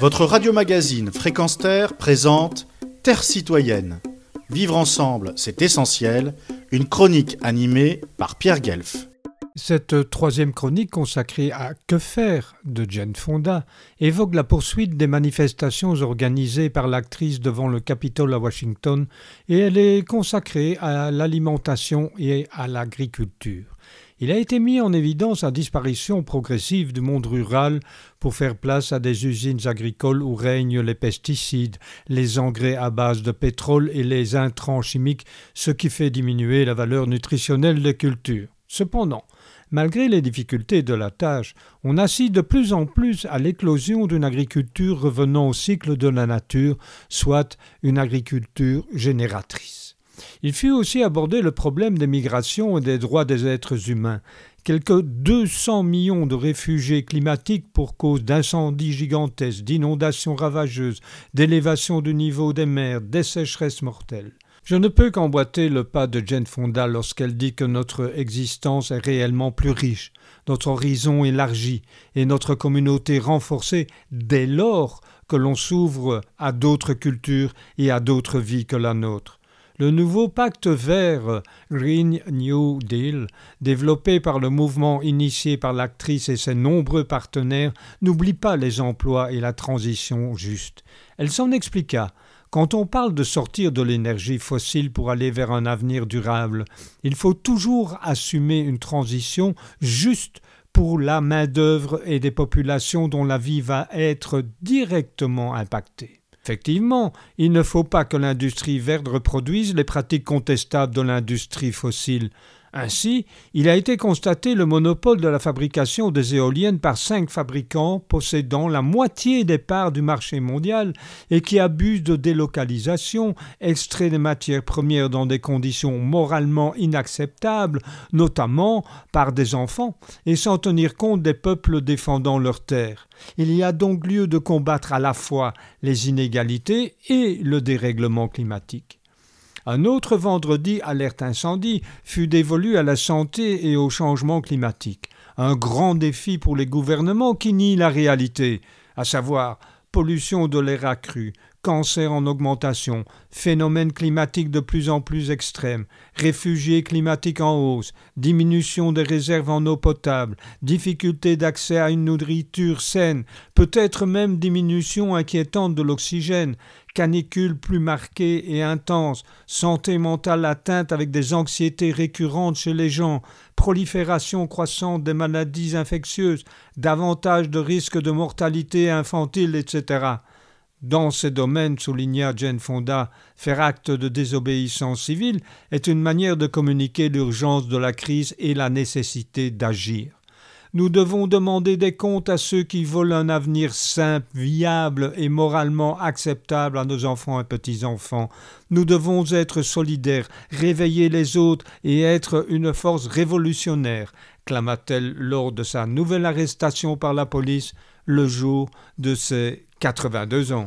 Votre radio-magazine Fréquence Terre présente Terre citoyenne. Vivre ensemble, c'est essentiel. Une chronique animée par Pierre Guelf. Cette troisième chronique consacrée à Que faire de Jane Fonda évoque la poursuite des manifestations organisées par l'actrice devant le Capitole à Washington et elle est consacrée à l'alimentation et à l'agriculture. Il a été mis en évidence la disparition progressive du monde rural pour faire place à des usines agricoles où règnent les pesticides, les engrais à base de pétrole et les intrants chimiques, ce qui fait diminuer la valeur nutritionnelle des cultures. Cependant, malgré les difficultés de la tâche, on assiste de plus en plus à l'éclosion d'une agriculture revenant au cycle de la nature, soit une agriculture génératrice. Il fut aussi abordé le problème des migrations et des droits des êtres humains. Quelques 200 millions de réfugiés climatiques pour cause d'incendies gigantesques, d'inondations ravageuses, d'élévation du niveau des mers, des sécheresses mortelles. Je ne peux qu'emboîter le pas de Jane Fonda lorsqu'elle dit que notre existence est réellement plus riche, notre horizon élargi et notre communauté renforcée dès lors que l'on s'ouvre à d'autres cultures et à d'autres vies que la nôtre. Le nouveau pacte vert Green New Deal, développé par le mouvement initié par l'actrice et ses nombreux partenaires, n'oublie pas les emplois et la transition juste. Elle s'en expliqua. Quand on parle de sortir de l'énergie fossile pour aller vers un avenir durable, il faut toujours assumer une transition juste pour la main-d'œuvre et des populations dont la vie va être directement impactée. Effectivement, il ne faut pas que l'industrie verte reproduise les pratiques contestables de l'industrie fossile. Ainsi, il a été constaté le monopole de la fabrication des éoliennes par 5 fabricants possédant la moitié des parts du marché mondial et qui abusent de délocalisation, extraient des matières premières dans des conditions moralement inacceptables, notamment par des enfants, et sans tenir compte des peuples défendant leurs terres. Il y a donc lieu de combattre à la fois les inégalités et le dérèglement climatique. Un autre vendredi alerte incendie fut dévolu à la santé et au changement climatique. Un grand défi pour les gouvernements qui nient la réalité, à savoir pollution de l'air accrue, cancer en augmentation, phénomènes climatiques de plus en plus extrêmes, réfugiés climatiques en hausse, diminution des réserves en eau potable, difficulté d'accès à une nourriture saine, peut-être même diminution inquiétante de l'oxygène, canicule plus marquée et intense, santé mentale atteinte avec des anxiétés récurrentes chez les gens, prolifération croissante des maladies infectieuses, davantage de risques de mortalité infantile, etc. Dans ces domaines, souligna Jane Fonda, faire acte de désobéissance civile est une manière de communiquer l'urgence de la crise et la nécessité d'agir. Nous devons demander des comptes à ceux qui veulent un avenir simple, viable et moralement acceptable à nos enfants et petits-enfants. Nous devons être solidaires, réveiller les autres et être une force révolutionnaire, clama-t-elle lors de sa nouvelle arrestation par la police le jour de ses 82 ans.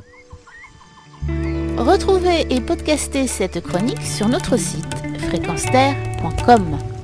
Retrouvez et podcastez cette chronique sur notre site fréquenceterre.com.